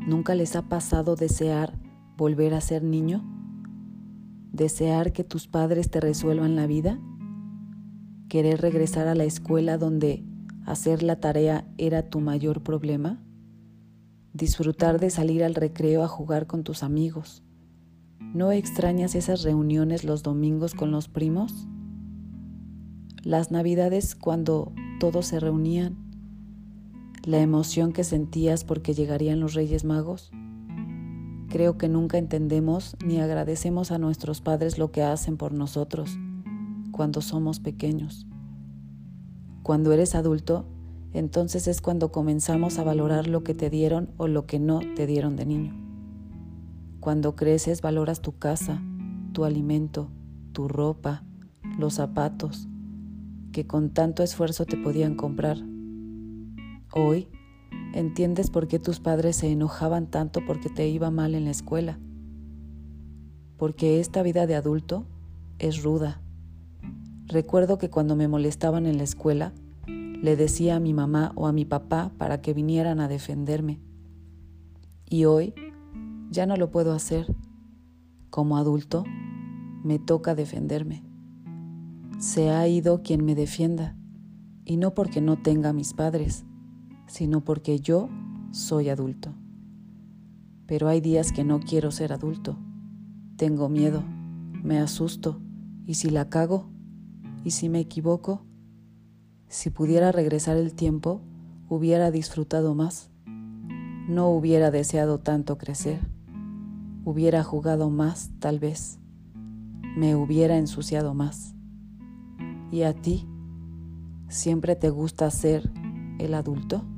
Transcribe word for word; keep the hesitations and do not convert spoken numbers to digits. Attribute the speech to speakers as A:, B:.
A: ¿Nunca les ha pasado desear volver a ser niño? ¿Desear que tus padres te resuelvan la vida? ¿Querer regresar a la escuela donde hacer la tarea era tu mayor problema? ¿Disfrutar de salir al recreo a jugar con tus amigos? ¿No extrañas esas reuniones los domingos con los primos? Las navidades cuando todos se reunían, la emoción que sentías porque llegarían los Reyes Magos. Creo que nunca entendemos ni agradecemos a nuestros padres lo que hacen por nosotros cuando somos pequeños. Cuando eres adulto, entonces es cuando comenzamos a valorar lo que te dieron o lo que no te dieron de niño. Cuando creces valoras tu casa, tu alimento, tu ropa, los zapatos, que con tanto esfuerzo te podían comprar. Hoy entiendes por qué tus padres se enojaban tanto porque te iba mal en la escuela. Porque esta vida de adulto es ruda. Recuerdo que cuando me molestaban en la escuela, le decía a mi mamá o a mi papá para que vinieran a defenderme. Y hoy ya no lo puedo hacer. Como adulto, me toca defenderme. Se ha ido quien me defienda, y no porque no tenga a mis padres, sino porque yo soy adulto. Pero hay días que no quiero ser adulto. Tengo miedo, me asusto, y si la cago, y si me equivoco, si pudiera regresar el tiempo, hubiera disfrutado más. No hubiera deseado tanto crecer. Hubiera jugado más, tal vez. Me hubiera ensuciado más. ¿Y a ti? ¿Siempre te gusta ser el adulto?